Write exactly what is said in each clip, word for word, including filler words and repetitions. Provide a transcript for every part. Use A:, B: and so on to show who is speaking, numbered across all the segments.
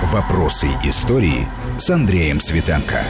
A: Вопросы истории с Андреем Светенко.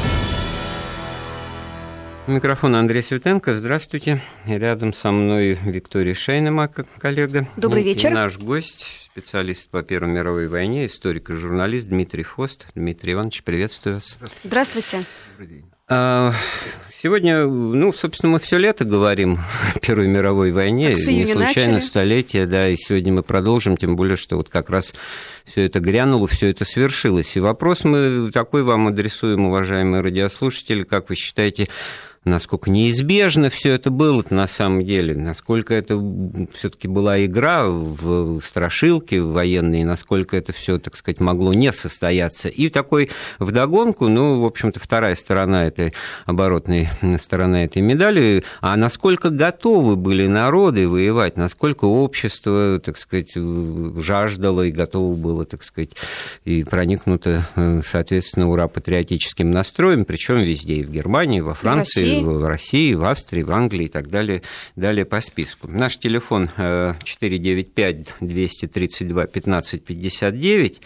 B: Микрофон Андрей Светенко. Здравствуйте. Рядом со мной Виктория Шейнема, коллега.
C: Добрый вечер.
B: И наш гость, специалист по Первой мировой войне, историк и журналист Дмитрий Фост. Дмитрий Иванович, приветствую вас.
C: Здравствуйте.
D: Добрый день.
B: Сегодня, ну, собственно, мы все лето говорим о Первой мировой войне, не случайно начали. Столетие, да, и сегодня мы продолжим, тем более, что вот как раз все это грянуло, все это свершилось. И вопрос мы такой вам адресуем, уважаемые радиослушатели, как вы считаете, насколько неизбежно все это было на самом деле, насколько это все-таки была игра в страшилки военные, насколько это все, так сказать, могло не состояться. И такой вдогонку, ну, в общем-то, вторая сторона этой, оборотная сторона этой медали, а насколько готовы были народы воевать, насколько общество, так сказать, жаждало и готово было, так сказать, и проникнуто, соответственно, ура-патриотическим настроем, причем везде, и в Германии, и во Франции, в России, в Австрии, в Англии и так далее, далее по списку. Наш телефон четыре девять пять двести тридцать два пятнадцать пятьдесят девять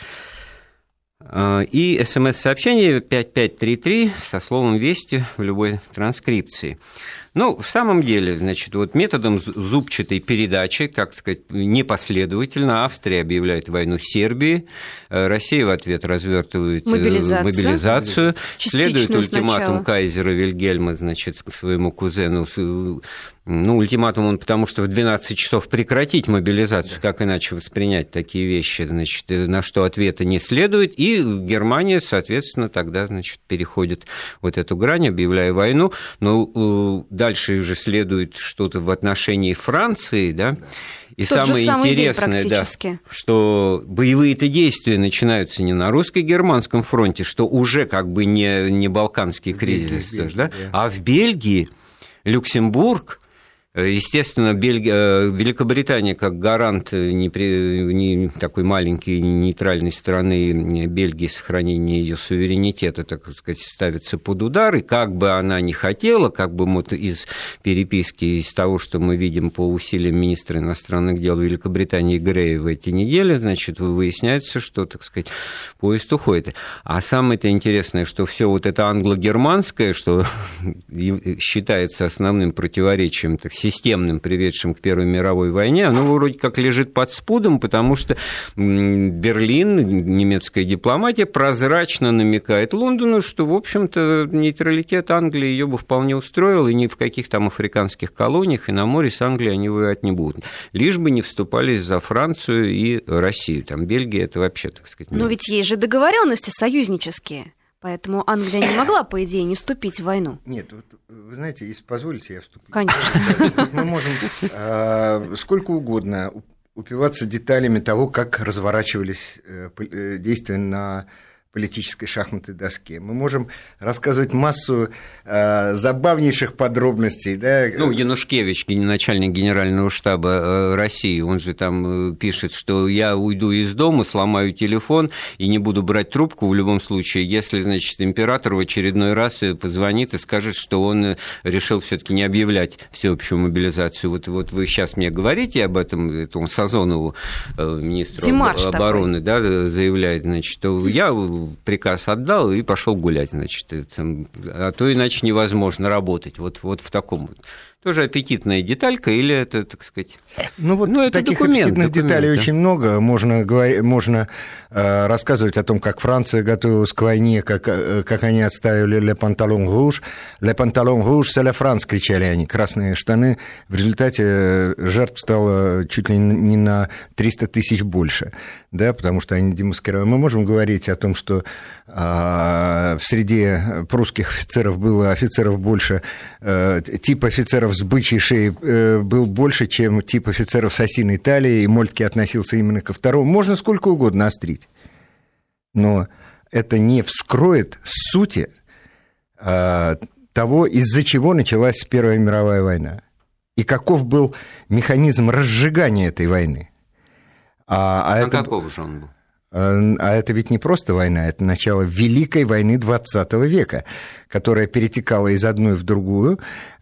B: и смс-сообщение пять пять три три со словом «Вести» в любой транскрипции. Ну, в самом деле, значит, вот методом зубчатой передачи, так сказать, непоследовательно, Австрия объявляет войну Сербии, Россия в ответ развертывает мобилизацию, мобилизацию следует ультиматум сначала кайзера Вильгельма, значит, к своему кузену. Ну, ультиматум он потому, что в двенадцать часов прекратить мобилизацию, как иначе воспринять такие вещи, значит, на что ответа не следует, и Германия, соответственно, тогда, значит, переходит вот эту грань, объявляя войну, но дальше уже следует что-то в отношении Франции, да, и
C: Тот
B: самое интересное, да, что боевые-то действия начинаются не на русско-германском фронте, что уже как бы не, не балканский кризис, Бельгии, да, да, а в Бельгии, Люксембург. Естественно, Бельгия, Великобритания как гарант не, при, не такой маленькой нейтральной страны Бельгии, сохранения ее суверенитета, так сказать, ставится под удар, и как бы она ни хотела, как бы вот из переписки, из того, что мы видим по усилиям министра иностранных дел Великобритании Грея в эти недели, значит, выясняется, что, так сказать, поезд уходит. А самое-то интересное, что все вот это англо-германское, что считается основным противоречием, так сказать, системным, приведшим к Первой мировой войне, оно вроде как лежит под спудом, потому что Берлин, немецкая дипломатия, прозрачно намекает Лондону, что, в общем-то, нейтралитет Англии ее бы вполне устроил, и ни в каких там африканских колониях и на море с Англией они воевать не будут. Лишь бы не вступались за Францию и Россию. Там Бельгия, это вообще, так сказать...
C: Но ведь есть же договоренности союзнические. Поэтому Англия не могла, по идее, не вступить в войну.
D: Нет, вот, вы знаете, если позволите, я вступлю.
C: Конечно.
D: Мы можем э, сколько угодно упиваться деталями того, как разворачивались э, действия на политической шахматной доске. Мы можем рассказывать массу э, забавнейших подробностей. Да?
B: Ну, Янушкевич, начальник генерального штаба России, он же там пишет, что я уйду из дома, сломаю телефон и не буду брать трубку в любом случае, если, значит, император в очередной раз позвонит и скажет, что он решил все-таки не объявлять всеобщую мобилизацию. Вот, вот вы сейчас мне говорите об этом, этому Сазонову, министру Демарш обороны, да, заявляет, значит, что я приказ отдал и пошел гулять, значит, а то иначе невозможно работать. Вот, вот в таком вот. Тоже аппетитная деталька или это, так сказать...
D: Ну, вот
B: ну,
D: таких
B: документ,
D: аппетитных
B: документ,
D: деталей
B: да.
D: очень много. Можно, можно э, рассказывать о том, как Франция готовилась к войне, как, как они отставили «Le Pantalon Rouge». «Le Pantalon Rouge, c'est la France», кричали они, красные штаны. В результате жертв стало чуть ли не на триста тысяч больше, да, потому что они демаскировали. Мы можем говорить о том, что э, в среде прусских офицеров было офицеров больше, э, тип офицеров с бычьей шеей был больше, чем тип офицеров с осиной талией, и Мольтке относился именно ко второму. Можно сколько угодно острить, но это не вскроет сути а, того, из-за чего началась Первая мировая война, и каков был механизм разжигания этой войны. А, а,
B: а
D: это...
B: каков же он был?
D: А это ведь не просто война, это начало Великой войны двадцатого века, которая перетекала из одной в другую,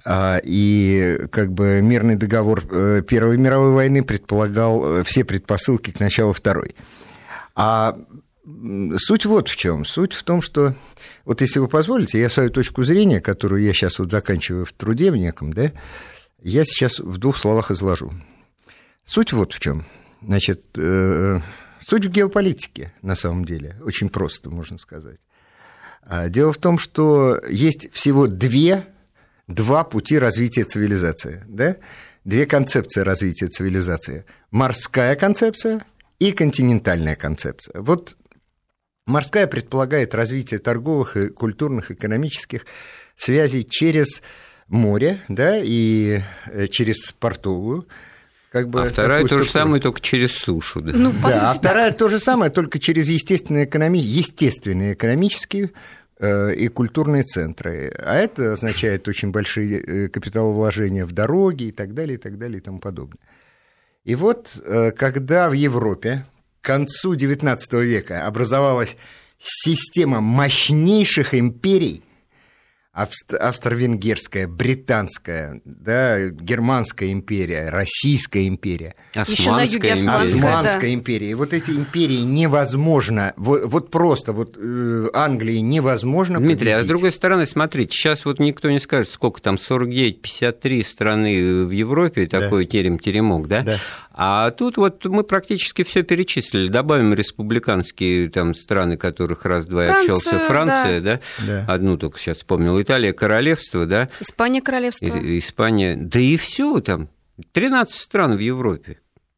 D: и как бы мирный договор Первой мировой войны предполагал все предпосылки к началу Второй. А суть вот в чем. Суть в том, что, вот если вы позволите, я свою точку зрения, которую я сейчас вот заканчиваю в труде в неком, да, я сейчас в двух словах изложу. Суть вот в чем. Значит, э, суть в геополитике, на самом деле, очень просто, можно сказать. Дело в том, что есть всего две, два пути развития цивилизации, да? Две концепции развития цивилизации. Морская концепция и континентальная концепция. Вот морская предполагает развитие торговых, и культурных, экономических связей через море, да, и через портовую. Как бы,
B: а вторая то же самое, только через сушу. Да,
C: ну, по
D: да
C: сути,
D: а вторая
C: так.
D: то же самое, только через естественные, экономи... естественные экономические э, и культурные центры. А это означает очень большие капиталовложения в дороги и так далее, и так далее, и тому подобное. И вот, э, когда в Европе к концу девятнадцатого века образовалась система мощнейших империй, Австро-Венгерская, Британская, да, Германская империя, Российская империя,
C: Османская империя.
D: Османская
C: да.
D: империя. И вот эти империи невозможно, вот, вот просто вот э, Англии невозможно
B: Дмитрий,
D: победить.
B: А с другой стороны, смотрите, сейчас вот никто не скажет, сколько там, сорок девять, пятьдесят три страны в Европе, да. Такой терем-теремок, да? Да. А тут вот мы практически все перечислили. Добавим республиканские там страны, которых раз-два и общался Франция, да. Да? Да. Одну только сейчас вспомнил. Италия, королевство, да.
C: Испания, королевство.
B: И, Испания, да и все там. тринадцать стран в Европе.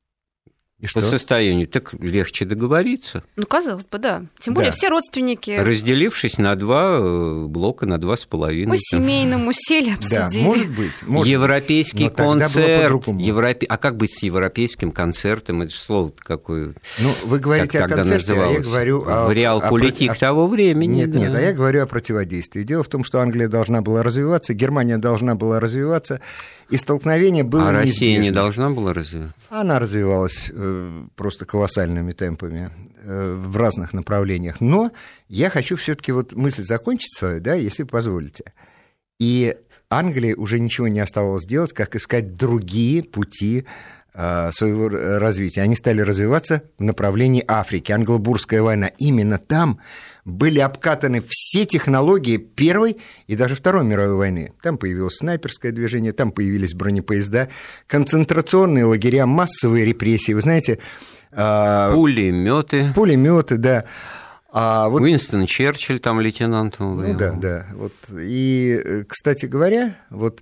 B: И по что? Состоянию, так легче договориться.
C: Ну, казалось бы, да. Тем более да. все родственники.
B: Разделившись на два блока, на два с половиной.
C: По семейному сели обсудили.
D: Да, может быть. Может
B: Европейский
D: быть.
B: концерт. Европе... А как быть с европейским концертом? Это же слово-то какое.
D: Ну, вы говорите о концерте, а я говорю о...
B: В реал-политик о... того времени.
D: Нет,
B: да.
D: нет, а я говорю о противодействии. Дело в том, что Англия должна была развиваться, Германия должна была развиваться, и столкновение было
B: А
D: неизбежно.
B: Россия не должна была развиваться?
D: Она развивалась э, просто колоссальными темпами э, в разных направлениях. Но я хочу все-таки вот мысль закончить свою, да, если позволите. И Англии уже ничего не оставалось делать, как искать другие пути э, своего развития. Они стали развиваться в направлении Африки. Англо-Бурская война. Именно там были обкатаны все технологии Первой и даже Второй мировой войны. Там появилось снайперское движение, там появились бронепоезда, концентрационные лагеря, массовые репрессии. Вы знаете...
B: Пулеметы.
D: Пулеметы, да. А вот...
B: Уинстон Черчилль там лейтенантом воевал.
D: Ну да, да. Вот. И, кстати говоря, вот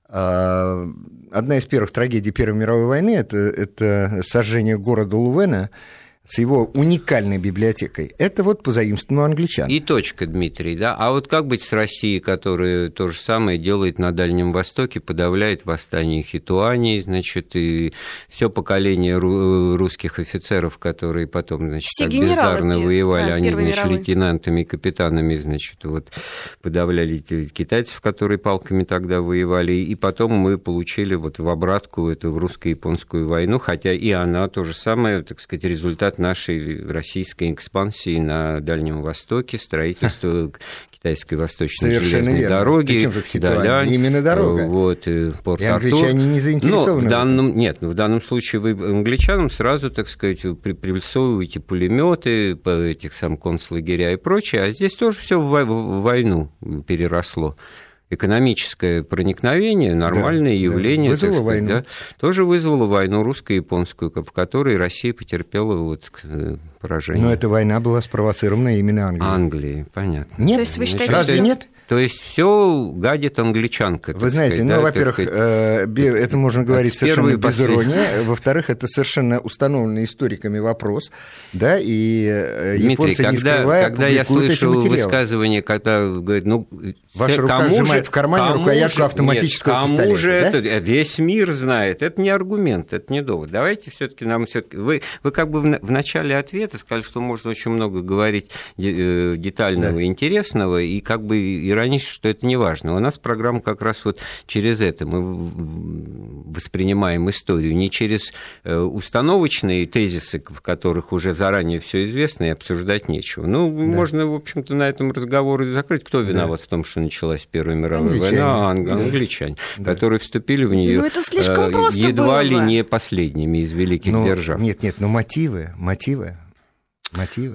D: одна из первых трагедий Первой мировой войны это, это сожжение города Лувена с его уникальной библиотекой, это вот позаимствовано англичан.
B: И точка, Дмитрий, да? А вот как быть с Россией, которая то же самое делает на Дальнем Востоке, подавляет восстание хитуаней, значит, и все поколение русских офицеров, которые потом, значит, так бездарно воевали, да, они, значит, мировой. лейтенантами и капитанами, значит, вот, подавляли китайцев, которые палками тогда воевали, и потом мы получили вот в обратку эту русско-японскую войну, хотя и она то же самое, так сказать, результат нашей российской экспансии на Дальнем Востоке, строительство китайской восточной
D: Совершенно
B: железной
D: верно.
B: дороги, Далянь,
D: именно дорога.
B: Вот, Порт-Артур.
D: И англичане не заинтересованы.
B: Но в данном, нет, в данном случае вы англичанам сразу, так сказать, припрессовываете пулеметы, этих сам концлагеря и прочее, а здесь тоже все в войну переросло. Экономическое проникновение, нормальное да, явление,
D: да. Вызвало
B: так сказать,
D: войну.
B: Да, тоже вызвало войну русско-японскую, в которой Россия потерпела вот поражение.
D: Но эта война была спровоцирована именно Англией.
B: Англией, понятно.
D: Нет?
C: То есть вы считаете,
D: Разве
C: что...
D: нет?
B: То есть все гадит англичанка.
D: Вы знаете,
B: сказать,
D: ну,
B: да,
D: во-первых, это можно говорить совершенно без иронии. Во-вторых, это совершенно установленный историками вопрос, да, и
B: Дмитрий,
D: японцы,
B: когда,
D: не скрывая,
B: когда я слышу высказывание, когда говорят, ну,
D: ваша рука
B: кому
D: сжимает
B: же,
D: в кармане рукоятку
B: же,
D: автоматического
B: нет,
D: пистолета.
B: Кому же
D: да?
B: это? Весь мир знает. Это не аргумент, это не довод. Давайте все-таки нам все-таки. Вы, вы как бы в, в начале ответа сказали, что можно очень много говорить детального, да. и интересного, и как бы иронично, что это не важно. У нас программа как раз вот через это. Мы воспринимаем историю не через установочные тезисы, в которых уже заранее все известно, и обсуждать нечего. Ну, да. можно, в общем-то, на этом разговор и закрыть. Кто виноват да. в том, что началась Первая мировая англичане. война? Анг... Да. Англичане, да. которые вступили в нее едва ли не последними из великих
D: ну,
B: держав.
D: Нет, нет, но мотивы, мотивы, мотивы.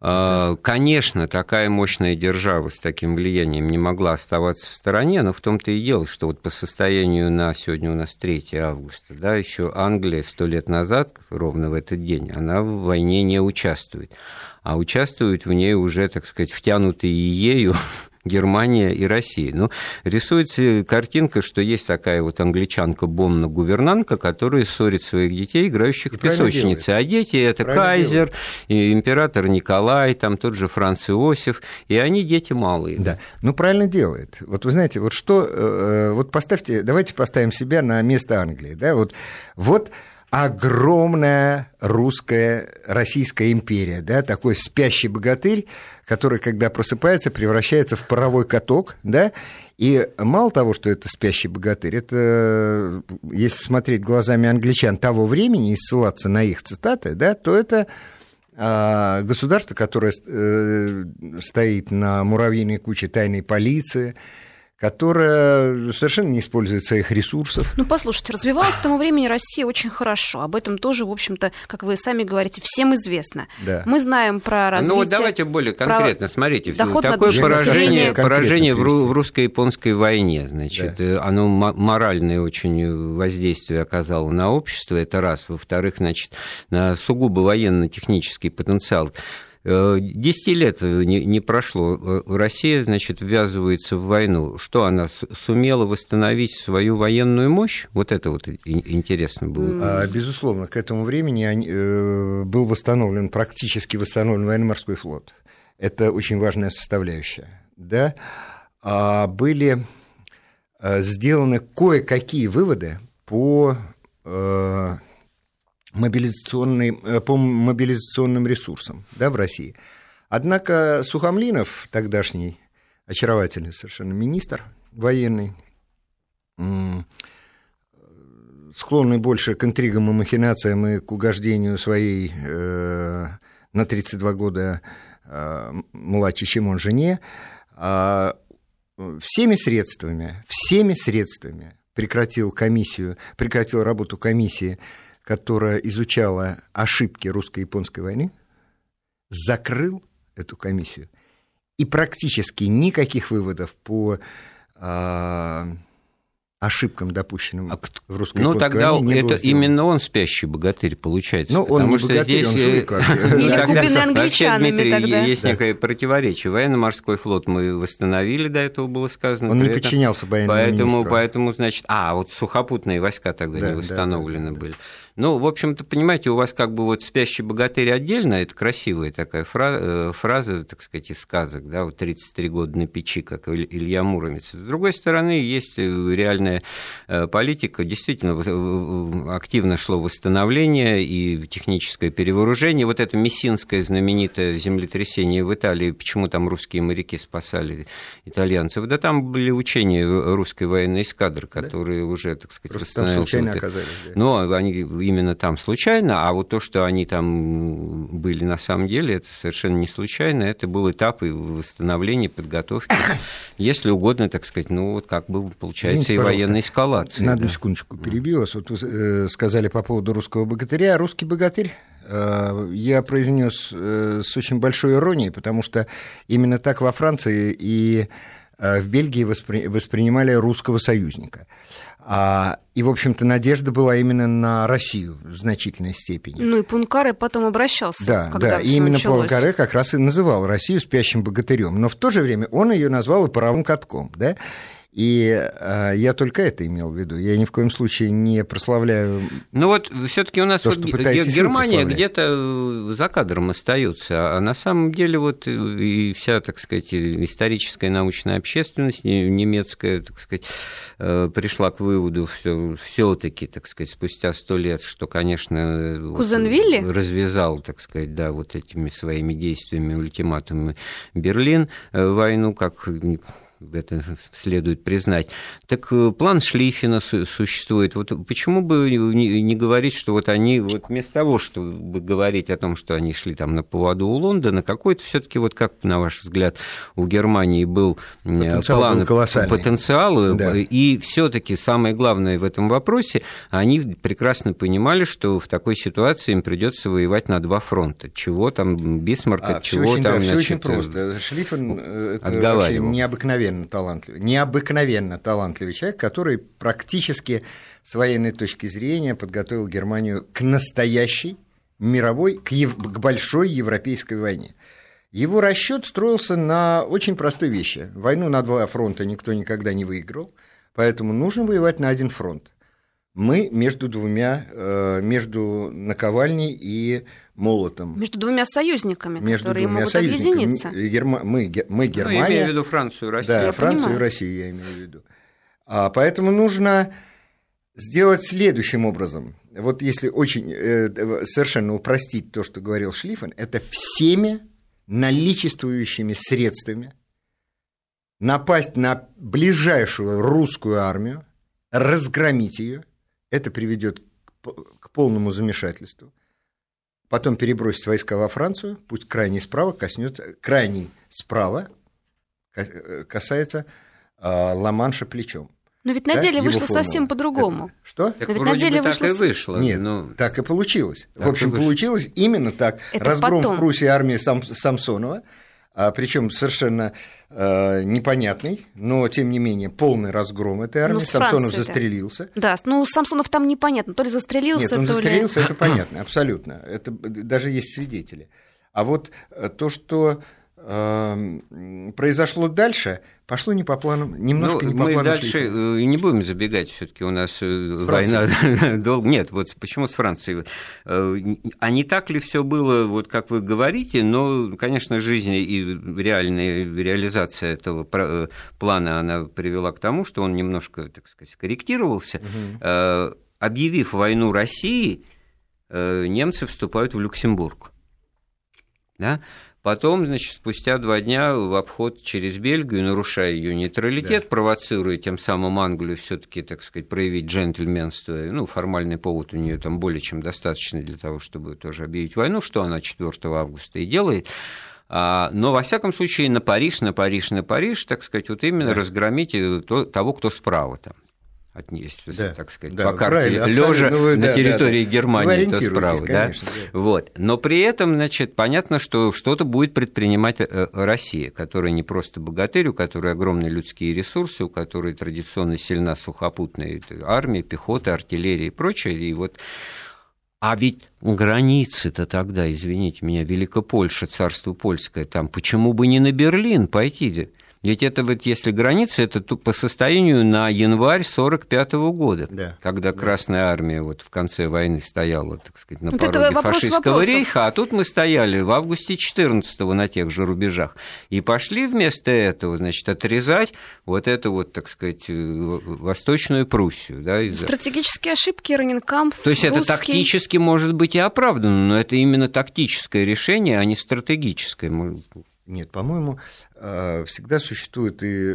B: Конечно, такая мощная держава с таким влиянием не могла оставаться в стороне, но в том-то и дело, что вот по состоянию на сегодня у нас третьего августа, да, еще Англия сто лет назад, ровно в этот день, она в войне не участвует, а участвуют в ней уже, так сказать, втянутые ею Германия и Россия. Ну, рисуется картинка, что есть такая вот англичанка-бомна-гувернантка, которая ссорит своих детей, играющих и в песочнице. А дети – это правильно Кайзер, и император Николай, там тот же Франц Иосиф, и они дети малые.
D: Да, ну, правильно делает. Вот вы знаете, вот что, вот поставьте, давайте поставим себя на место Англии, да, вот, вот огромная русская, российская империя, да, такой спящий богатырь, который, когда просыпается, превращается в паровой каток, да, и мало того, что это спящий богатырь, это, если смотреть глазами англичан того времени и ссылаться на их цитаты, да, то это а, государство, которое э, стоит на муравьиной куче тайной полиции, которая совершенно не использует своих ресурсов.
C: Ну, послушайте, развивалась к тому времени Россия очень хорошо. Об этом тоже, в общем-то, как вы сами говорите, всем известно. Да. Мы знаем про развитие...
B: Ну, вот давайте более конкретно. Смотрите, такое поражение, поражение в русско-японской войне. Значит, да. Оно моральное очень воздействие оказало на общество, это раз. Во-вторых, значит, на сугубо военно-технический потенциал. Десяти лет не, не прошло. Россия, значит, ввязывается в войну. Что, она сумела восстановить свою военную мощь? Вот это вот интересно было.
D: Безусловно, к этому времени был восстановлен, практически восстановлен военно-морской флот. Это очень важная составляющая. Да? Были сделаны кое-какие выводы по... Мобилизационный, по мобилизационным ресурсам, да, в России. Однако Сухомлинов, тогдашний очаровательный совершенно министр военный, склонный больше к интригам и махинациям и к угождению своей э, на тридцать два года э, младше, чем он, жене, э, всеми средствами, всеми средствами прекратил комиссию, прекратил работу комиссии, которая изучала ошибки русско-японской войны, закрыл эту комиссию, и практически никаких выводов по а, ошибкам, допущенным а, в русско-японской
B: ну, тогда
D: войне, не
B: это
D: было сделано.
B: Именно он спящий богатырь, получается.
D: Ну, он не богатырь, он жулик.
C: Или купленный англичанами
B: Дмитрий,
C: тогда.
B: Есть некое противоречие. Военно-морской флот мы восстановили, до этого было сказано.
D: Он не подчинялся военному министру.
B: Поэтому, значит, а, вот сухопутные войска тогда не восстановлены были. Ну, в общем-то, понимаете, у вас как бы вот спящий богатырь отдельно, это красивая такая фраза, фраза, так сказать, из сказок, да, вот тридцать три года на печи, как Илья Муромец. С другой стороны, есть реальная политика, действительно активно шло восстановление и техническое перевооружение. Вот это мессинское знаменитое землетрясение в Италии, почему там русские моряки спасали итальянцев, да там были учения русской военной эскадры, которые да? уже, так сказать,
D: просто там случайно оказались. Да.
B: Но они именно там случайно, а вот то, что они там были на самом деле, это совершенно не случайно, это был этап восстановления, подготовки, если угодно, так сказать, ну вот как бы получается Извините, и военной эскалации.
D: На одну да. секундочку перебью вас. Вот вы сказали по поводу русского богатыря. Русский богатырь я произнес с очень большой иронией, потому что именно так во Франции и в Бельгии воспри... воспринимали русского союзника. И, в общем-то, надежда была именно на Россию в значительной степени.
C: Ну и Пуанкаре потом обращался.
D: Да, да, и именно Пуанкаре как раз и называл Россию спящим богатырем. Но в то же время он ее назвал и паровым катком, да? И э, я только это имел в виду. Я ни в коем случае не прославляю.
B: Ну вот все-таки у нас
D: то,
B: вот Германия где-то за кадром остается, а на самом деле вот и вся, так сказать, историческая научная общественность немецкая, так сказать, пришла к выводу все-таки, так сказать, спустя сто лет, что, конечно,
C: Кузенвилли
B: развязал, так сказать, да, вот этими своими действиями, ультиматумами Берлин войну, как это следует признать. Так план Шлиффена существует. Вот почему бы не говорить, что вот они, вот вместо того, чтобы говорить о том, что они шли там на поводу у Лондона, какой-то все-таки, вот как, на ваш взгляд, у Германии был
D: потенциал
B: план
D: был колоссальный.
B: Потенциал,
D: да.
B: И все-таки самое главное в этом вопросе, они прекрасно понимали, что в такой ситуации им придется воевать на два фронта. Чего там Бисмарк,
D: а,
B: чего
D: очень,
B: там,
D: да,
B: значит,
D: очень просто. Шлиффен это вообще необыкновенно талантливый, необыкновенно талантливый человек, который практически с военной точки зрения подготовил Германию к настоящей мировой, к, ев... к большой европейской войне. Его расчет строился на очень простой вещи. Войну на два фронта никто никогда не выиграл, поэтому нужно воевать на один фронт. Мы между двумя, между наковальней и молотом.
C: Между двумя союзниками,
D: между
C: которые
D: двумя
C: могут
D: союзниками.
C: объединиться.
D: Герма... Мы, мы Германия.
B: Ну, имею в виду Францию и Россию.
D: Да,
C: я
D: Францию
C: понимаю.
D: и Россию я имею в виду. А, поэтому нужно сделать следующим образом. Вот если очень э, совершенно упростить то, что говорил Шлиффен, это всеми наличествующими средствами напасть на ближайшую русскую армию, разгромить ее. Это приведет к полному замешательству. Потом перебросить войска во Францию, пусть крайний справа коснется, крайний справа касается э, Ла-Манша плечом.
C: Но ведь на
D: да?
C: деле
D: Его
C: вышло
D: формула.
C: совсем по-другому.
D: Это... Что?
B: Так
C: но ведь
B: вроде
C: на деле
B: бы
C: вышло...
B: так и вышло.
D: Нет,
B: но...
D: так и получилось.
B: Так
D: в общем, получилось именно так.
C: Это
D: Разгром
C: потом.
D: в Пруссии армии Сам... Самсонова, а, причем совершенно э, непонятный, но, тем не менее, полный разгром этой армии.
C: Ну,
D: Самсонов
C: Франции,
D: застрелился.
C: Да, ну, Самсонов там непонятно, то ли застрелился,
D: Нет, он
C: то
D: застрелился,
C: ли...
D: это понятно, абсолютно. Это даже есть свидетели. А вот то, что э, произошло дальше, пошло не по плану, немножко
B: ну,
D: не по
B: мы
D: плану.
B: Мы дальше
D: Шлиффена.
B: не будем забегать, все-таки у нас война долго. Нет, вот почему с Францией? А не так ли все было, вот как вы говорите, но, конечно, жизнь и реальная реализация этого плана, она привела к тому, что он немножко, так сказать, корректировался. Угу. Объявив войну России, немцы вступают в Люксембург. Да? Потом, значит, спустя два дня в обход через Бельгию, нарушая ее нейтралитет, да. провоцируя тем самым Англию все-таки, так сказать, проявить джентльменство, ну, формальный повод у нее там более чем достаточный для того, чтобы тоже объявить войну, что она четвёртого августа и делает. Но, во всяком случае, на Париж, на Париж, на Париж, так сказать, вот именно да. разгромить того, кто справа там. Отнести, да, так сказать, да, по карте, лежа ну, на да, территории да, Германии, то справа, конечно, да? Да. Вот. Но при этом, значит, понятно, что что-то будет предпринимать Россия, которая не просто богатырь, у которой огромные людские ресурсы, у которой традиционно сильна сухопутная армия, пехота, артиллерия и прочее, и вот... А ведь границы-то тогда, извините меня, Великопольша, царство польское, там почему бы не на Берлин пойти? Ведь это вот, если границы, это по состоянию на январь сорок пятого года, да, когда да. Красная армия вот в конце войны стояла, так сказать, на вот пороге фашистского вопросов. рейха, а тут мы стояли в августе четырнадцатого на тех же рубежах и пошли вместо этого, значит, отрезать вот эту вот, так сказать, Восточную Пруссию. Да, из-за...
C: Стратегические ошибки, Рейнкамп,
B: То есть
C: русский...
B: это тактически может быть и оправдано, но это именно тактическое решение, а не стратегическое.
D: Нет, по-моему, всегда существует и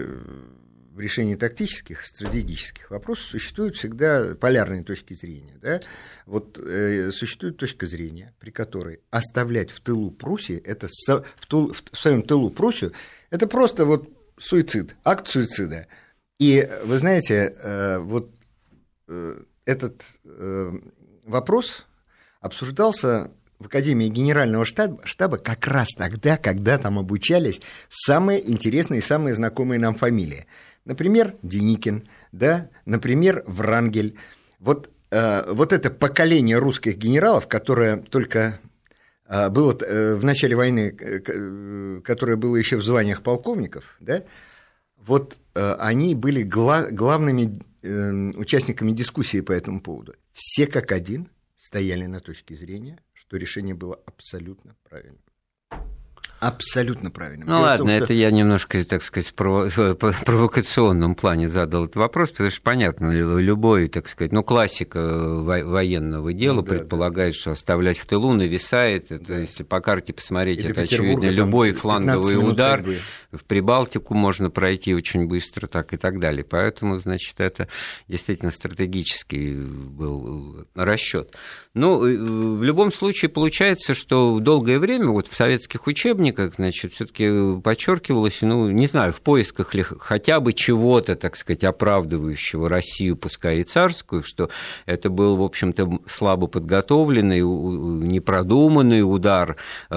D: в решении тактических, стратегических вопросов существуют всегда полярные точки зрения. Да? Вот э, существует точка зрения, при которой оставлять в тылу Пруссии, это со, в, тыл, в своем тылу Пруссию, это просто вот суицид, акт суицида. И вы знаете, э, вот э, этот э, вопрос обсуждался в Академии Генерального штаба, штаба как раз тогда, когда там обучались самые интересные и самые знакомые нам фамилии. Например, Деникин, да, например, Врангель. Вот, э, вот это поколение русских генералов, которое только э, было э, в начале войны, э, которое было еще в званиях полковников, да, вот э, они были гла- главными э, участниками дискуссии по этому поводу. Все как один стояли на точке зрения, что решение было абсолютно правильным. абсолютно правильным.
B: Ну Дело ладно, том, что... это я немножко, так сказать, в провокационном плане задал этот вопрос, потому что, понятно, любой, так сказать, ну, классика военного дела ну, да, предполагает, да. что оставлять в тылу нависает, это, да. если по карте посмотреть, Или это, очевидно, любой фланговый удар, в Прибалтику можно пройти очень быстро, так и так далее. Поэтому, значит, это действительно стратегический был расчет. Ну, в любом случае, получается, что долгое время вот в советских учебниках, значит, все-таки подчеркивалось, ну, не знаю, в поисках ли хотя бы чего-то, так сказать, оправдывающего Россию, пускай и царскую, что это был, в общем-то, слабо подготовленный, непродуманный удар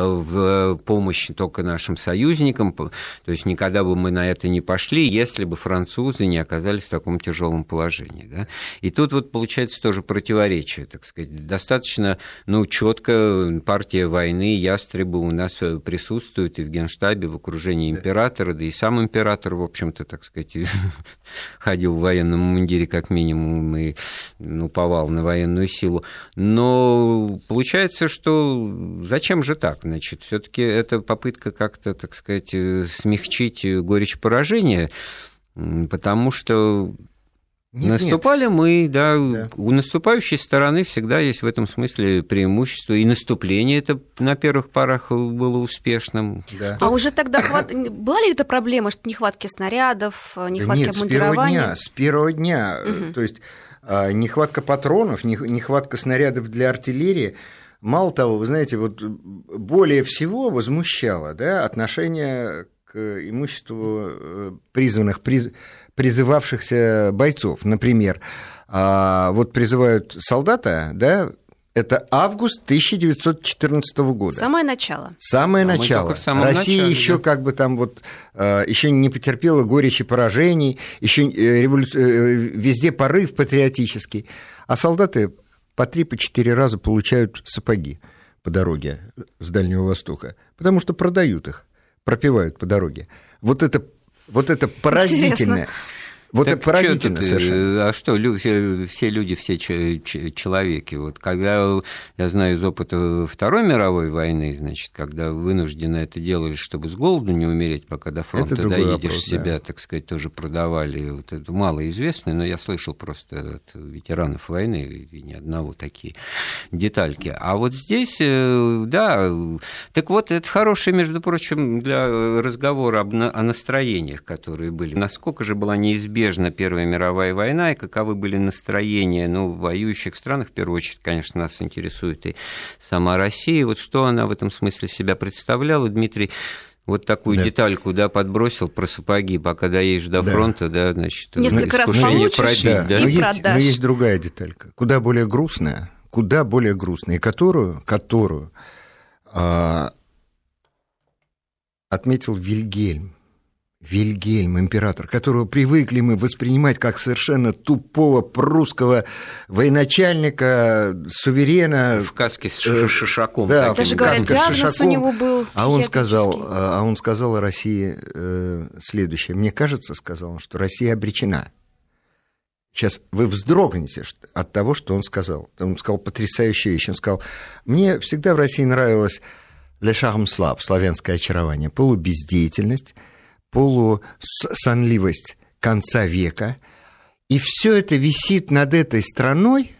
B: в помощь только нашим союзникам. То есть никогда бы мы на это не пошли, если бы французы не оказались в таком тяжелом положении. Да? И тут вот получается тоже противоречие, так сказать, достаточно, ну, четко партия войны, ястребы у нас присутствуют и в Генштабе, в окружении императора, да и сам император, в общем-то, так сказать, ходил в военном мундире как минимум и ну, уповал на военную силу. Но получается, что зачем же так? Значит, все-таки это попытка как-то, так сказать, смягчить горечь поражения, потому что Нет, Наступали нет. мы, да, да, у наступающей стороны всегда есть в этом смысле преимущество, и наступление это на первых порах было успешным.
C: Да. А уже тогда хват... была ли это проблема, что нехватки снарядов, нехватки
D: да нет,
C: обмундирования?
D: С первого дня, с первого дня, угу. то есть нехватка патронов, нехватка снарядов для артиллерии. Мало того, вы знаете, вот более всего возмущало, да, отношение к имуществу призванных, приз... призывавшихся бойцов. Например, вот призывают солдата, да, это август тысяча девятьсот четырнадцатого года.
C: Самое начало.
D: Самое а начало. Россия еще да. как бы там вот еще не потерпела горечи поражений, еще револю... везде порыв патриотический, а солдаты по три, по четыре раза получают сапоги по дороге с Дальнего Востока, потому что продают их, пропивают по дороге. Вот это, вот это поразительное.
C: Интересно.
D: Вот так это поразительно
B: тут,
D: совершенно.
B: А что, все люди, все человеки. Вот когда, я знаю из опыта Второй мировой войны, значит, когда вынуждены это делали, чтобы с голоду не умереть, пока до фронта доедешь, вопрос, себя, да. так сказать, тоже продавали. Вот это малоизвестно, но я слышал просто от ветеранов войны, и ни одного такие детальки. А вот здесь, да, так вот, это хорошее, между прочим, для разговора о настроениях, которые были. Насколько же была неизбежна Первая мировая война, и каковы были настроения ну, в воюющих странах, в первую очередь, конечно, нас интересует и сама Россия. Вот что она в этом смысле себя представляла, Дмитрий вот такую да. детальку да, подбросил про сапоги, пока доедешь до да. фронта, да, значит,
C: несколько раз получишь
D: пробить, да. Да. и но есть, но есть другая деталька, куда более грустная, куда более грустная, которую, которую а, отметил Вильгельм. Вильгельм, император, которого привыкли мы воспринимать как совершенно тупого прусского военачальника, суверена.
B: В каске с шишаком.
D: Да,
C: даже говорят, диагноз у него был
D: а он сказал, а он сказал о России следующее. Мне кажется, сказал он, что Россия обречена. Сейчас вы вздрогнете от того, что он сказал. Он сказал потрясающую вещь. Он сказал, мне всегда в России нравилось le charme slave, славянское очарование, полубездеятельность, полусонливость конца века, и все это висит над этой страной,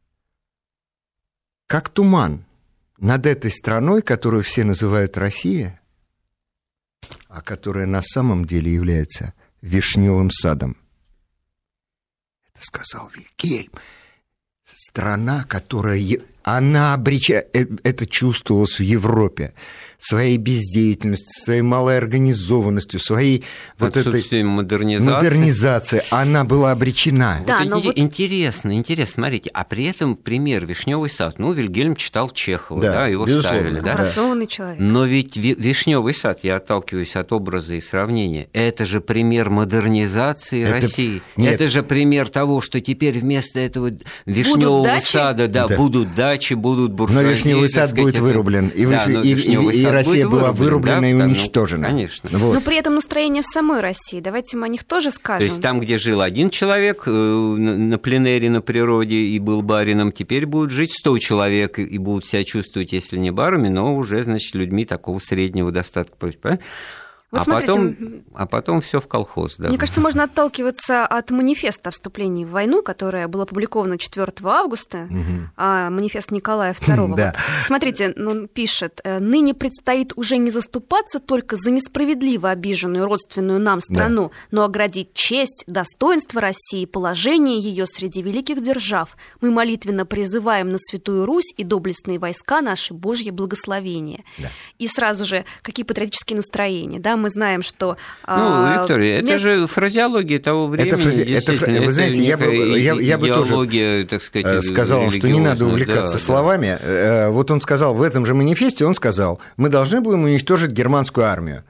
D: как туман, над этой страной, которую все называют Россия, а которая на самом деле является вишневым садом. Это сказал Вильгельм. Страна, которая... Она обречена... Это чувствовалось в Европе. Своей бездеятельностью, своей малой организованностью, своей вот этой
B: модернизации.
D: модернизации. Она была обречена.
B: Да, вот но вот... Интересно, интересно. Смотрите, а при этом пример «Вишневый сад». Ну, Вильгельм читал Чехова, да, да его безусловно. ставили. Да?
C: Образованный человек.
B: Но ведь «Вишневый сад», я отталкиваюсь от образа и сравнения, это же пример модернизации это... России.
D: Нет.
B: Это же пример того, что теперь вместо этого «Вишневого сада» да,
D: да.
B: будут дачи. дачи будут буржуазии.
D: Но Вишневый сад сказать, будет это... вырублен, и, да, и, и, и, и Россия была вырублена да, и уничтожена.
B: Ну, конечно.
C: Вот. Но при этом настроение в самой России, давайте мы о них тоже скажем.
B: То есть там, где жил один человек на пленэре на природе и был барином, теперь будет жить сто человек и будут себя чувствовать, если не барами, но уже, значит, людьми такого среднего достатка. Вот а, потом, а потом все в колхоз. Да.
C: Мне кажется, можно отталкиваться от манифеста о вступлении в войну, которое было опубликовано четвёртого августа, угу. а манифест Николая второго. Да. Вот. Смотрите, он пишет, ныне предстоит уже не заступаться только за несправедливо обиженную родственную нам страну, да. но оградить честь, достоинство России, положение ее среди великих держав. Мы молитвенно призываем на Святую Русь и доблестные войска наши Божье благословение. Да. И сразу же, какие патриотические настроения, да, мы знаем, что...
B: Ну, Виктория, это мест... же фразеология того времени. Это, фрази... это,
D: вы знаете, я бы, я, я бы тоже
B: так сказать,
D: сказал, что не надо увлекаться да, словами. Да. Вот он сказал, в этом же манифесте он сказал, мы должны будем уничтожить германскую армию.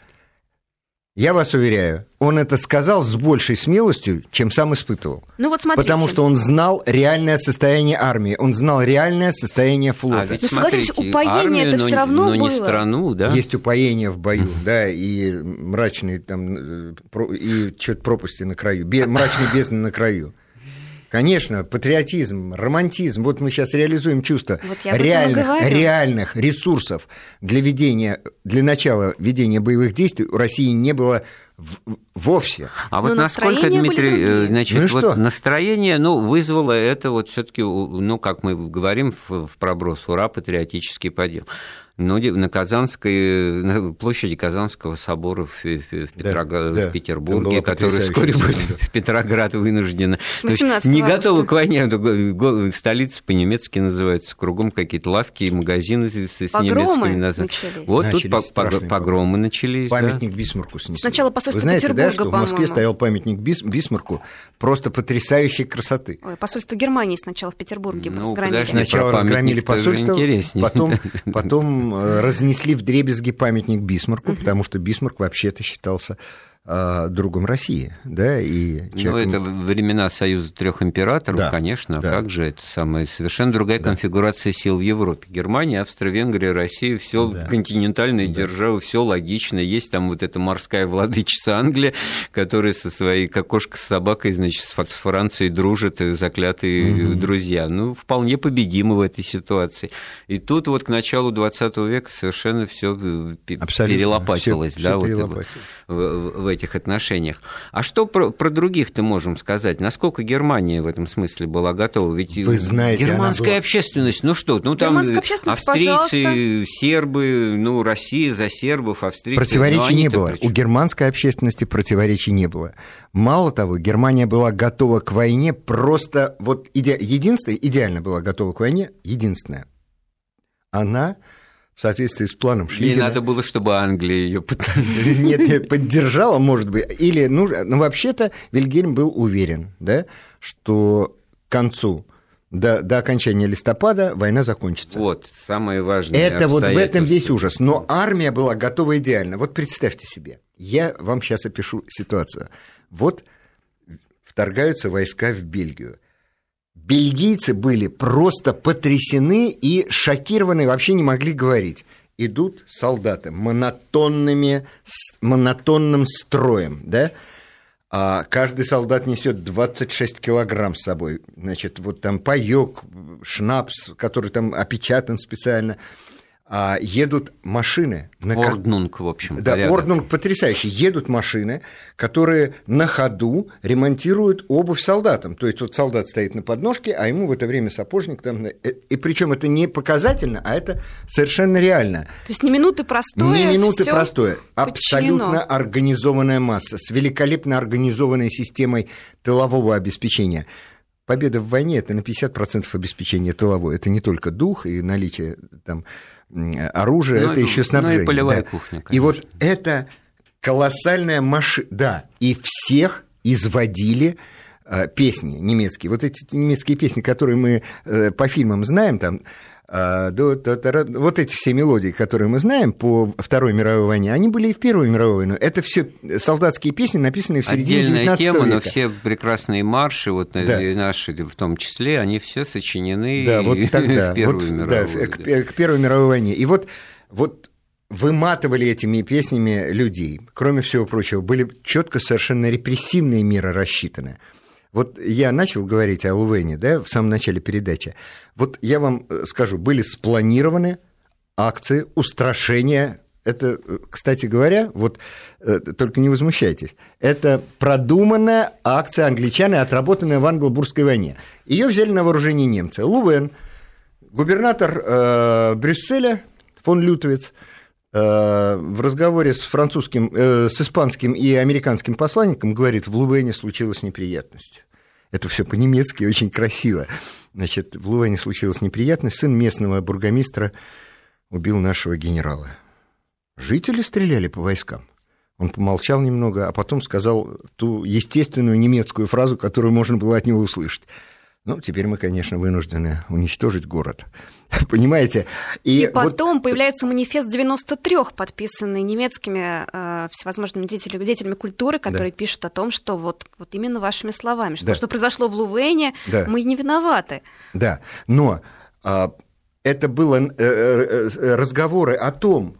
D: Я вас уверяю, он это сказал с большей смелостью, чем сам испытывал.
C: Ну вот смотрите.
D: Потому что он знал реальное состояние армии, он знал реальное состояние флота. А
C: ведь, ну, смотрите, упоение армию, это все равно но было.
B: Не страну, да?
D: Есть упоение в бою, да, и мрачные там, и что-то пропасти на краю, мрачные бездны на краю. Конечно, патриотизм, романтизм. Вот мы сейчас реализуем чувство вот реальных, реальных ресурсов для ведения, для начала ведения боевых действий у России не было вовсе.
B: А вот насколько, Дмитрий, значит, ну вот настроение, ну, вызвало это вот все-таки, ну, как мы говорим в, в проброс, ура, патриотический подъем. Ну, на Казанской, на площади Казанского собора в, в, Петрог... да, в да. Петербурге, который вскоре будет в Петроград вынуждена. Не готовы к войне, столица по-немецки называется, кругом какие-то лавки и магазины с, с немецкими названиями. Вот начались тут погромы начались.
D: Памятник
B: да.
D: Бисмарку снесли.
C: Сначала посольство
D: Вы знаете,
C: Петербурга,
D: да, что
C: по-моему.
D: в Москве стоял памятник Бис... Бисмарку просто потрясающей красоты.
C: Ой, посольство Германии сначала в Петербурге ну, разгромили.
D: Сначала разгромили посольство, потом, потом разнесли вдребезги памятник Бисмарку, uh-huh. потому что Бисмарк вообще-то считался э, другом России, да, и человеком...
B: Ну, это времена Союза трех императоров, да, конечно, да. а как же это самое, совершенно другая да. конфигурация сил в Европе. Германия, Австрия, Венгрия, Россия, все да. континентальные да. державы, все логично, есть там вот эта морская владычица Англия, которая со своей кокошкой с собакой, значит, с Францией дружит, заклятые uh-huh. друзья. Ну, вполне победимы в этой ситуации. И тут вот к началу двадцатого века совершенно все перелопатилось, всё, да, всё вот перелопатилось. В, в, в этих отношениях. А что про, про других-то можем сказать? Насколько Германия в этом смысле была готова? Ведь
D: Вы знаете,
B: германская была... общественность, ну что, ну там австрийцы, пожалуйста. Сербы, ну Россия за сербов, австрийцы.
D: Противоречий не было. Причем? У германской общественности противоречий не было. Мало того, Германия была готова к войне просто, вот иде... единственное, идеально была готова к войне, единственное. Она... в соответствии с планом Шлиффена.
B: Ей надо было, чтобы Англия ее
D: Нет, поддержала, может быть. Или, ну, ну, вообще-то Вильгельм был уверен, да, что к концу, до, до окончания листопада война закончится.
B: Вот, самое важное.
D: Это вот в этом весь ужас. Но армия была готова идеально. Вот представьте себе, я вам сейчас опишу ситуацию. Вот вторгаются войска в Бельгию. Бельгийцы были просто потрясены и шокированы, вообще не могли говорить. Идут солдаты монотонными, монотонным строем, да? А каждый солдат несет двадцать шесть килограмм с собой. Значит, вот там паёк, шнапс, который там опечатан специально. А едут машины.
B: Орднунг, в общем.
D: Да, порядок. Орднунг потрясающий. Едут машины, которые на ходу ремонтируют обувь солдатам. То есть вот солдат стоит на подножке, а ему в это время сапожник там... И причем это не показательно, а это совершенно реально.
C: То есть не минуты простое.
D: Не минуты простое. Абсолютно организованная масса с великолепно организованной системой тылового обеспечения. Победа в войне – это на пятьдесят процентов обеспечения тыловое. Это не только дух и наличие там, оружия, но это еще снабжение.
B: Ну и полевая
D: да.
B: кухня, конечно.
D: И вот это колоссальная машина. Да, и всех изводили э, песни немецкие. Вот эти немецкие песни, которые мы э, по фильмам знаем, там Вот эти все мелодии, которые мы знаем по Второй мировой войне, они были и в Первую мировую войну. Это все солдатские песни, написанные в середине девятнадцатого века.
B: Отдельная тема, но все прекрасные марши, вот да. наши в том числе, они все сочинены
D: да, вот тогда,
B: в Первую
D: вот,
B: мировую.
D: Да, к, к Первой мировой войне. И вот, вот выматывали этими песнями людей. Кроме всего прочего, были четко совершенно репрессивные меры рассчитаны. Вот я начал говорить о Лувене, да, в самом начале передачи. Вот я вам скажу, были спланированы акции устрашения. Это, кстати говоря, вот только не возмущайтесь, это продуманная акция англичан, отработанная в Англо-Бурской войне. Ее взяли на вооружение немцы. Лувен, губернатор э, Брюсселя, фон Лютовиц, в разговоре с французским, э, с испанским и американским посланником говорит, в Лувене случилась неприятность. Это все по-немецки, очень красиво. Значит, в Лувене случилась неприятность, сын местного бургомистра убил нашего генерала. Жители стреляли по войскам. Он помолчал немного, а потом сказал ту естественную немецкую фразу, которую можно было от него услышать. Ну, теперь мы, конечно, вынуждены уничтожить город. Понимаете?
C: И, и потом вот... появляется манифест девяносто три, подписанный немецкими э, всевозможными деятелями, деятелями культуры, которые да. пишут о том, что вот, вот именно вашими словами, что да. то, что произошло в Лувене, да. мы не виноваты.
D: Да, но э, это были э, э, разговоры о том,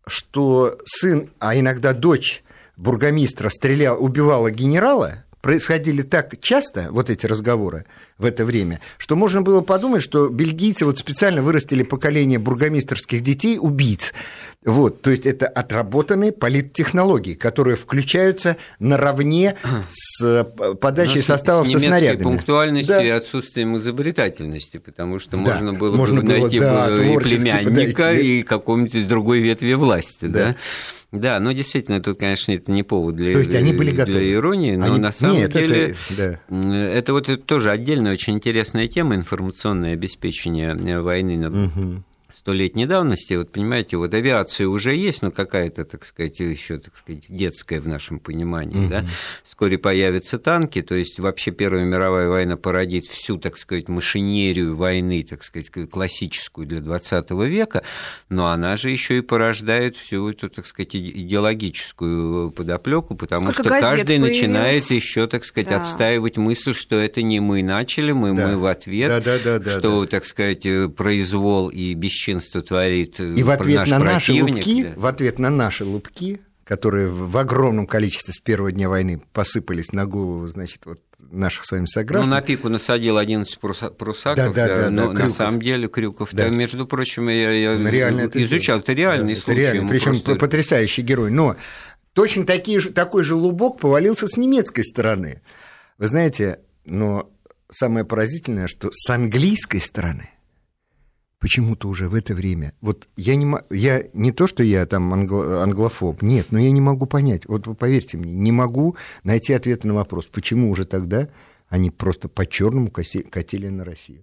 D: что сын, а иногда дочь бургомистра стрелял, убивала генерала, происходили так часто, вот эти разговоры в это время, что можно было подумать, что бельгийцы вот специально вырастили поколение бургомистерских детей убийц. Вот, то есть это отработанные политтехнологии, которые включаются наравне с подачей составов со снарядами.
B: С немецкой пунктуальностью да. и отсутствием изобретательности, потому что да. можно было можно бы было, найти да, и племянника, подойти. И каком-нибудь другой ветви власти, да. да? Да, но действительно, тут, конечно, это не повод для,
D: То есть они были
B: для иронии, но
D: они...
B: на самом
D: Нет,
B: деле
D: это, да.
B: это вот это тоже отдельная очень интересная тема, информационное обеспечение войны на угу. столетней давности. Вот понимаете, вот авиация уже есть, но какая-то, так сказать, еще, так сказать, детская в нашем понимании, угу. да. Вскоре появятся танки, то есть вообще Первая мировая война породит всю, так сказать, машинерию войны, так сказать, классическую для двадцатого века, но она же еще и порождает всю эту, так сказать, идеологическую подоплеку, потому
C: Сколько
B: что каждый
C: появилось?
B: начинает еще, так сказать, да. отстаивать мысль, что это не мы начали, мы, да. мы в ответ,
D: да, да, да,
B: что,
D: да.
B: так сказать, произвол и бесчинство творит
D: и в ответ
B: наш
D: на
B: противник.
D: Наши лупки,
B: да.
D: в ответ на наши лупки, которые в огромном количестве с первого дня войны посыпались на голову, значит, вот наших с вами сограждан.
B: Ну, на пику насадил одиннадцать прусаков,
D: да, да, да,
B: но
D: да,
B: на самом деле Крюков, да. между прочим, я, я
D: реально
B: изучал, это, это реальный да, случай.
D: Это причем просто... потрясающий герой. Но точно такие же, такой же лубок повалился с немецкой стороны. Вы знаете, но самое поразительное, что с английской стороны почему-то уже в это время, вот я не, я, не то, что я там англо, англофоб, нет, но я не могу понять, вот вы поверьте мне, не могу найти ответ на вопрос, почему уже тогда они просто по-черному катили на Россию.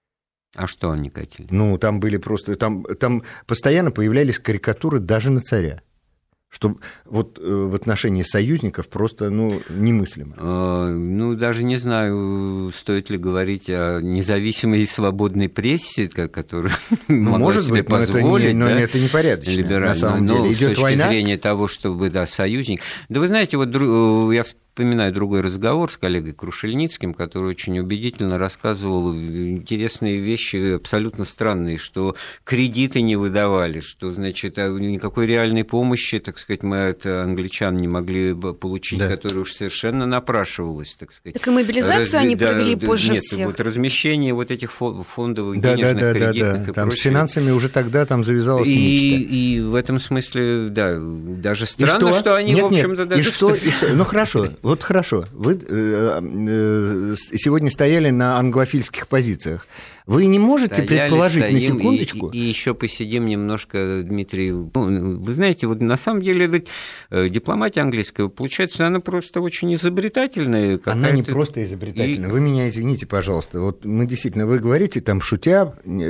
B: А что они катили?
D: Ну, там были просто, там, там постоянно появлялись карикатуры даже на царя. Что вот в отношении союзников просто, ну, немыслимо.
B: Ну, даже не знаю, стоит ли говорить о независимой и свободной прессе, которую ну, могла
D: может
B: себе
D: быть,
B: позволить.
D: Но это, не,
B: да,
D: но это непорядочно, на самом
B: но
D: деле. Идёт
B: с точки
D: война.
B: зрения того, чтобы, да, союзник... Да вы знаете, вот я вспоминаю другой разговор с коллегой Крушельницким, который очень убедительно рассказывал интересные вещи, абсолютно странные, что кредиты не выдавали, что, значит, никакой реальной помощи, так сказать, мы от англичан не могли получить, да. которая уж совершенно напрашивалась, так сказать.
C: Так и мобилизацию Раз... они
B: да,
C: провели
B: да,
C: позже
B: нет,
C: всех.
B: Вот размещение вот этих фондовых,
D: да,
B: денежных,
D: да, да,
B: кредитных
D: да, да.
B: и
D: там
B: прочее.
D: С финансами уже тогда там завязалось
B: и,
D: нечто.
B: И в этом смысле, да, даже странно,
D: что?
B: что они,
D: нет,
B: в общем-то,
D: нет.
B: даже...
D: И что? И что? Ну, хорошо, вот хорошо. Вы э, э, сегодня стояли на англофильских позициях. Вы не можете Стояли, предположить на секундочку?
B: И, и еще посидим немножко, Дмитрий. Ну, вы знаете, вот на самом деле ведь дипломатия английская, получается, она просто очень изобретательная.
D: Она не просто изобретательная. И... Вы меня извините, пожалуйста. Вот мы действительно, вы говорите там шутя,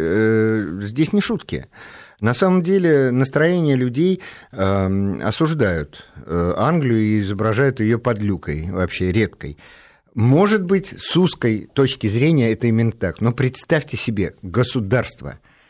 D: э, здесь не шутки. На самом деле настроение людей э, осуждают э, Англию и изображают ее подлюкой, вообще редкой. Может быть, с узкой точки зрения это именно так, но представьте себе, государство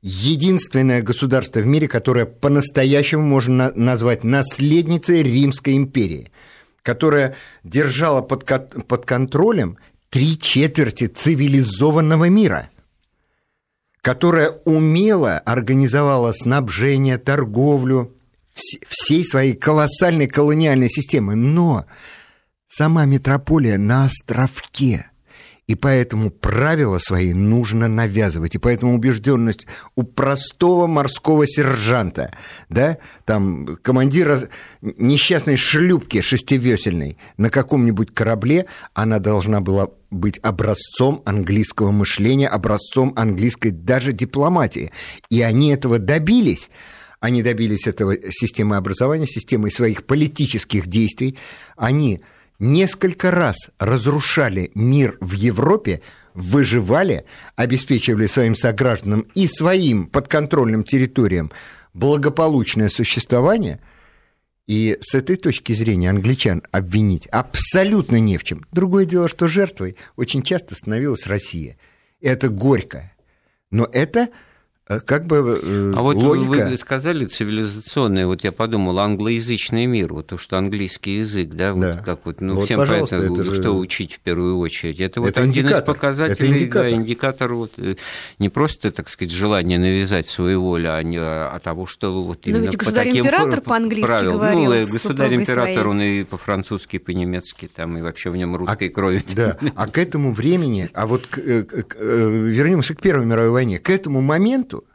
D: единственное государство в мире, которое по-настоящему можно назвать наследницей Римской империи, которая держала под, под контролем три четверти цивилизованного мира, которая умело организовала снабжение, торговлю всей своей колоссальной колониальной системы, но сама метрополия на островке. И поэтому правила свои нужно навязывать. И поэтому убежденность у простого морского сержанта, да, там, командира несчастной шлюпки шестивесельной на каком-нибудь корабле, она должна была быть образцом английского мышления, образцом английской даже дипломатии. И они этого добились. Они добились этого системы образования, системой своих политических действий. Они несколько раз разрушали мир в Европе, выживали, обеспечивали своим согражданам и своим подконтрольным территориям благополучное существование. И с этой точки зрения англичан обвинить абсолютно не в чем. Другое дело, что жертвой очень часто становилась Россия. И это горько. Но это... Как бы э,
B: а вот
D: логика...
B: вы сказали цивилизационный, вот я подумал, англоязычный мир, вот то, что английский язык, да,
D: да.
B: Вот как вот, ну,
D: вот,
B: всем понятно,
D: же...
B: что учить в первую очередь. Это, это вот
D: индикатор.
B: Один из показателей,
D: это индикатор.
B: Да, индикатор вот, не просто, так сказать, желание навязать свою волю, а, не, а того, что вот именно
C: но ведь
B: по таким
C: государь-император по-английски
B: правилам.
C: говорил.
B: Ну, государь-император, он и по-французски, и по-немецки, там, и вообще в нем русской
D: а,
B: крови.
D: Да, а к этому времени, а вот к, к, к, вернемся к Первой мировой войне, к этому моменту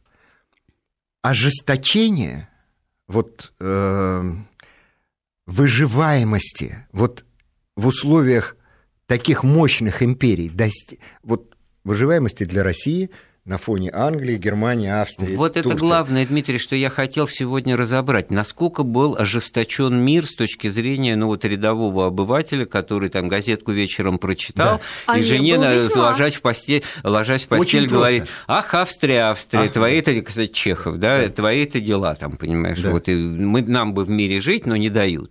D: ожесточение вот, э, выживаемости вот, в условиях таких мощных империй, дости... вот, выживаемости для России на фоне Англии, Германии, Австрии,
B: Вот
D: Турции.
B: это главное, Дмитрий, что я хотел сегодня разобрать. Насколько был ожесточен мир с точки зрения ну, вот, рядового обывателя, который там газетку вечером прочитал, да. И а жене, ложась в постель, ложась в постель говорит, ах, Австрия, Австрия, ах, твои-то, кстати, Чехов, да, да. твои-то дела, там, понимаешь, да. вот, и мы, нам бы в мире жить, но не дают.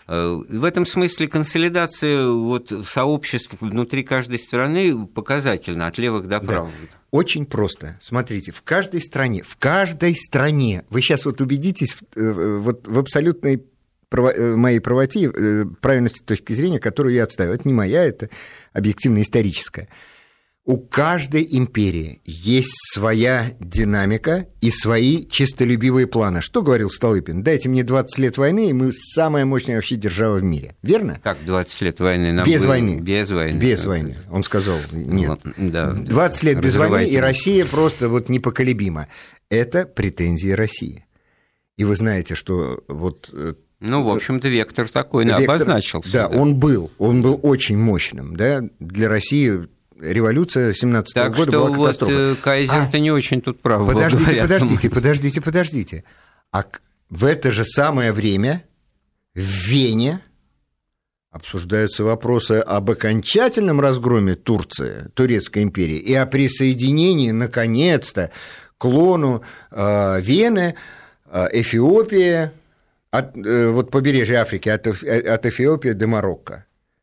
B: В этом смысле консолидация вот, сообществ внутри каждой страны показательна, от левых до правых. Да.
D: Очень просто. Смотрите, в каждой стране, в каждой стране, вы сейчас вот убедитесь в, вот, в абсолютной право, моей правоте, правильности точки зрения, которую я отставил. Это не моя, это объективно историческая. У каждой империи есть своя динамика и свои честолюбивые планы. Что говорил Столыпин? Дайте мне двадцать лет войны, и мы самая мощная вообще держава в мире. Верно?
B: Как двадцать лет войны? Нам
D: без
B: было...
D: войны.
B: Без войны.
D: Без войны. Он сказал, нет.
B: Да.
D: двадцать лет без войны, и Россия просто вот непоколебима. Это претензии России. И вы знаете, что вот...
B: Ну, в общем-то, вектор такой вектор, обозначился.
D: Да, да, он был. Он был очень мощным. Да? Для России... Революция семнадцатого года была катастрофа.
B: Так что Кайзер-то а, не очень тут прав.
D: Подождите, говоря, подождите, подождите, подождите. А в это же самое время в Вене обсуждаются вопросы об окончательном разгроме Турции, Турецкой империи, и о присоединении, наконец-то, к лону э, Вены, э, Эфиопии, от, э, вот побережья Африки, от, от Эфиопии до Марокко.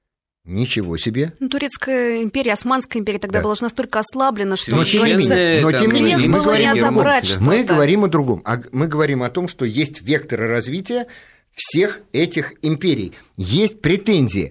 D: Ничего себе.
C: Ну, Турецкая империя, Османская империя тогда да. была уже настолько ослаблена, что...
D: Но тем не менее, но, тем не менее мы, говорим о другом. мы говорим о другом. Мы говорим о том, что есть векторы развития всех этих империй. Есть претензии.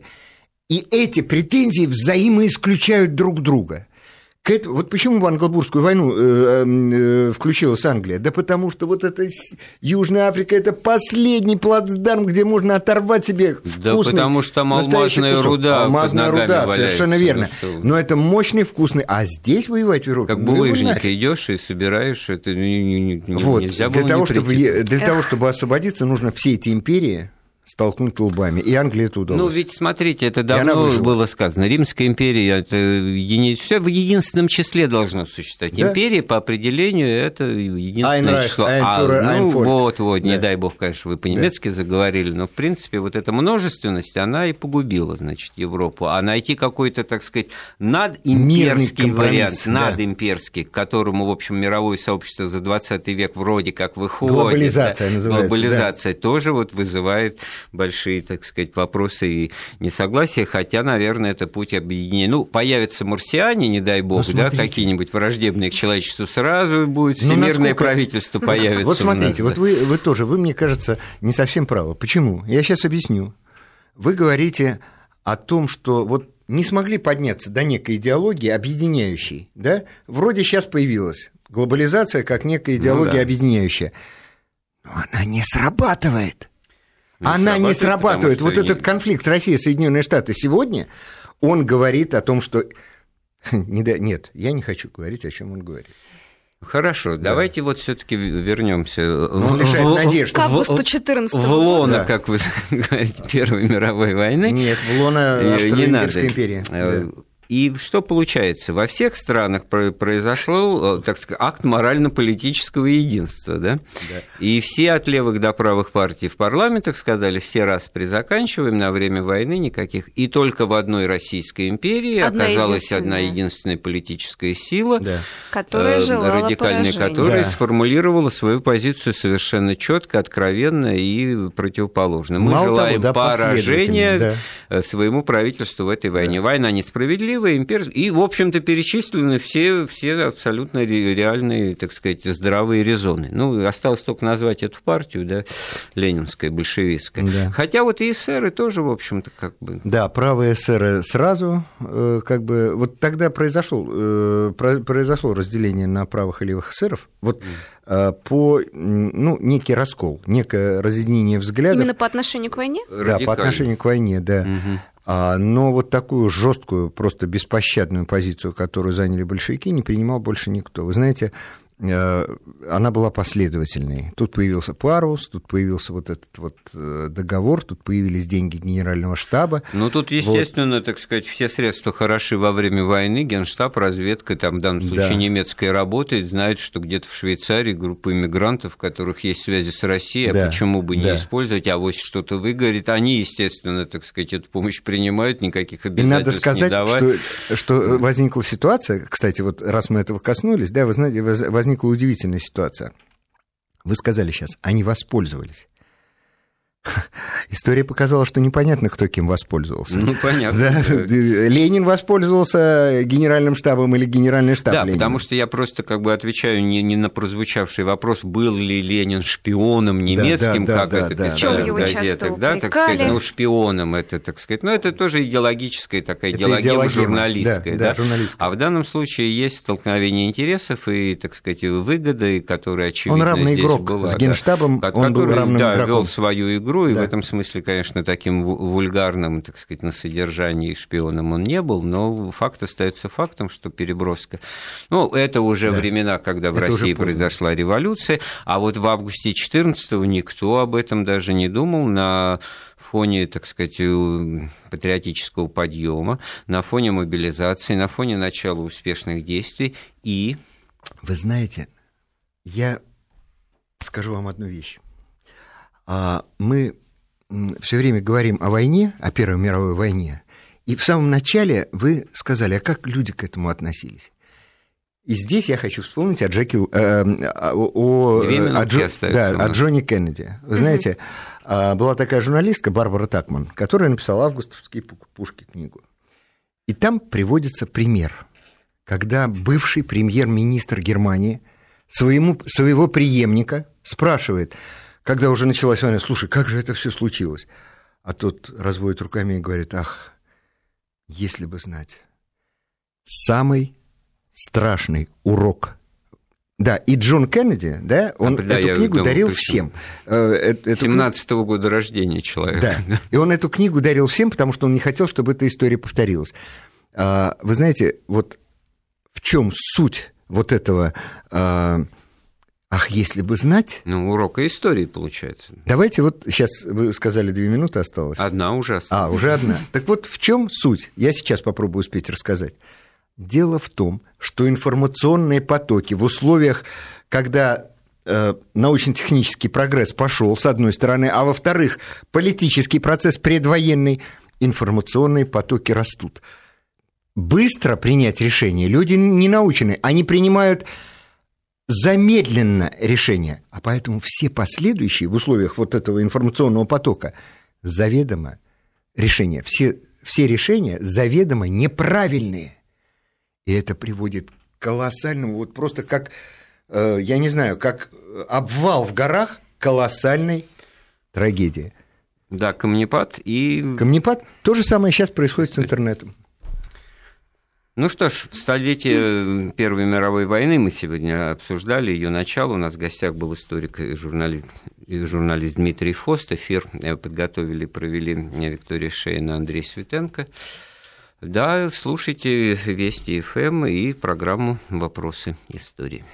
D: И эти претензии взаимоисключают друг друга. Вот почему в Англобурскую войну э, э, включилась Англия? Да потому что вот эта Южная Африка – это последний плацдарм, где можно оторвать себе вкусный,
B: да потому что там алмазная руда
D: алмазная
B: под
D: руда,
B: валяется,
D: совершенно верно.
B: Ну,
D: но это мощный, вкусный. А здесь воевать в Европе?
B: Как булыжник идешь и собираешь, это
D: вот.
B: нельзя было
D: для того,
B: не
D: чтобы, Для того, чтобы освободиться, нужно все эти империи столкнуть лбами, и Англии это удалось.
B: Ну, ведь, смотрите, это давно было сказано. Римская империя, это еди... все в единственном числе должно существовать. Да? Империя, по определению, это единственное
D: Ein
B: число.
D: Reich,
B: а, ну, вот, вот,
D: да.
B: не дай бог, конечно, вы по-немецки да. заговорили, но, в принципе, вот эта множественность, она и погубила, значит, Европу. А найти какой-то, так сказать, надимперский вариант, да. надимперский, к которому, в общем, мировое сообщество за двадцатый век вроде как выходит.
D: Глобализация да, называется.
B: Глобализация да. тоже вот вызывает большие, так сказать, вопросы и несогласия, хотя, наверное, это путь объединения. Ну, появятся марсиане, не дай бог, да, какие-нибудь враждебные к человечеству, сразу будет всемирное насколько... правительство появится.
D: Вот смотрите, вот вы, вы тоже, вы, мне кажется, не совсем правы. Почему? Я сейчас объясню. Вы говорите о том, что вот не смогли подняться до некой идеологии объединяющей, да? Вроде сейчас появилась глобализация как некая идеология ну, да. объединяющая. Но она не срабатывает. Не она срабатывает, не срабатывает. Вот этот не... конфликт России и Соединенные Штаты сегодня, он говорит о том, что... Нет, я не хочу говорить, о чем он говорит.
B: Хорошо, да. Давайте вот все-таки вернемся
D: он лишает надежды.
C: К августу четырнадцатого
B: в лоно, да. как вы говорите, Первой мировой войны.
D: Нет, в лоно Австро-Венгерской империи. Да.
B: И что получается? Во всех странах произошел, так сказать, акт морально-политического единства, да? Да. И все от левых до правых партий в парламентах сказали, все распри заканчиваем, на время войны никаких. И только в одной Российской империи одна оказалась одна единственная политическая сила, да.
C: которая желала
B: радикальная,
C: поражения.
B: которая
D: да.
B: сформулировала свою позицию совершенно четко, откровенно и противоположно. Мы Мало желаем того, да, поражения да. своему правительству в этой войне. Да. Война несправедлива, империя, и, в общем-то, перечислены все, все абсолютно реальные, так сказать, здравые резоны. Ну, осталось только назвать эту партию, да, ленинская, большевистская. Да. Хотя вот и эсеры тоже, в общем-то, как бы...
D: Да, правые эсеры сразу, как бы... Вот тогда произошло, произошло разделение на правых и левых эсеров. Вот mm. по, ну, некий раскол, некое разъединение взглядов.
C: Именно по отношению к войне?
D: Да, по отношению к войне, да. Mm-hmm. Но вот такую жесткую, просто беспощадную позицию, которую заняли большевики, не принимал больше никто. Вы знаете, она была последовательной. Тут появился Парус, тут появился вот этот вот договор, тут появились деньги Генерального штаба.
B: Ну, тут, естественно, вот. так сказать, все средства хороши во время войны, Генштаб, разведка, там, в данном случае да. немецкая работает, знает, что где-то в Швейцарии группа иммигрантов, у которых есть связи с Россией, да. а почему бы не да. использовать, а вот что-то выгорит. Они, естественно, так сказать, эту помощь принимают, никаких обязательств не давать.
D: И надо сказать, что, что возникла ситуация, кстати, вот раз мы этого коснулись, да, вы знаете, возникла удивительная ситуация. Вы сказали сейчас, они воспользовались. История показала, что непонятно, кто кем воспользовался.
B: Ну, понятно.
D: Да? Да. Ленин воспользовался генеральным штабом или генеральный штаб
B: Да,
D: Ленина?
B: Потому что я просто как бы отвечаю не, не на прозвучавший вопрос, был ли Ленин шпионом немецким,
D: да, да,
B: как
D: да,
B: это
D: да,
B: писали
C: да.
B: в газетах, да, так сказать, ну, шпионом это, так сказать, ну, это тоже идеологическая такая идеологема журналистская, да,
D: да, да, журналистская.
B: А в данном случае есть столкновение интересов и, так сказать, выгоды, которые, очевидно,
D: он равный
B: здесь
D: игрок.
B: была.
D: С Генштабом
B: да,
D: он был равным
B: да,
D: игроком.
B: вел свою игру, и
D: да.
B: в этом смысле, конечно, таким вульгарным, так сказать, на содержании шпионом он не был, но факт остается фактом, что переброска... Ну, это уже да. времена, когда в это России произошла революция, а вот в августе четырнадцатого никто об этом даже не думал на фоне, так сказать, патриотического подъема, на фоне мобилизации, на фоне начала успешных действий и...
D: Вы знаете, я скажу вам одну вещь. Мы все время говорим о войне, о Первой мировой войне, и в самом начале вы сказали, а как люди к этому относились? И здесь я хочу вспомнить о, Джеки, э, о, о, Джо, да, о Джонни Кеннеди. Вы знаете, mm-hmm. была такая журналистка Барбара Такман, которая написала «Августовские пушки» книгу. И там приводится пример, когда бывший премьер-министр Германии своему, своего преемника спрашивает, когда уже началась война, слушай, как же это все случилось? А тот разводит руками и говорит, ах, если бы знать, самый страшный урок. Да, и Джон Кеннеди, да, он а, да, эту книгу думал, дарил всем.
B: семнадцатого года рождения человека.
D: Да, и он эту книгу дарил всем, потому что он не хотел, чтобы эта история повторилась. Вы знаете, вот в чем суть вот этого... Ах, если бы знать...
B: Ну, урока истории, получается.
D: Давайте вот, сейчас вы сказали, две минуты осталось.
B: Одна уже осталась.
D: А, уже одна. Так вот, в чем суть? Я сейчас попробую успеть рассказать. Дело в том, что информационные потоки в условиях, когда э, научно-технический прогресс пошел, с одной стороны, а во-вторых, политический процесс предвоенный, информационные потоки растут. Быстро принять решение люди не научены, они принимают... замедленно решение, а поэтому все последующие в условиях вот этого информационного потока заведомо решения, все, все решения заведомо неправильные. И это приводит к колоссальному, вот просто как, э, я не знаю, как обвал в горах колоссальной трагедии.
B: Да, камнепад и...
D: Камнепад. То же самое сейчас происходит с интернетом.
B: Ну что ж, в столетие Первой мировой войны мы сегодня обсуждали ее начало. У нас в гостях был историк и журналист, и журналист Дмитрий Фост. Эфир подготовили и провели Виктория Шейна, Андрей Светенко. Да, слушайте Вести эф эм и программу «Вопросы истории».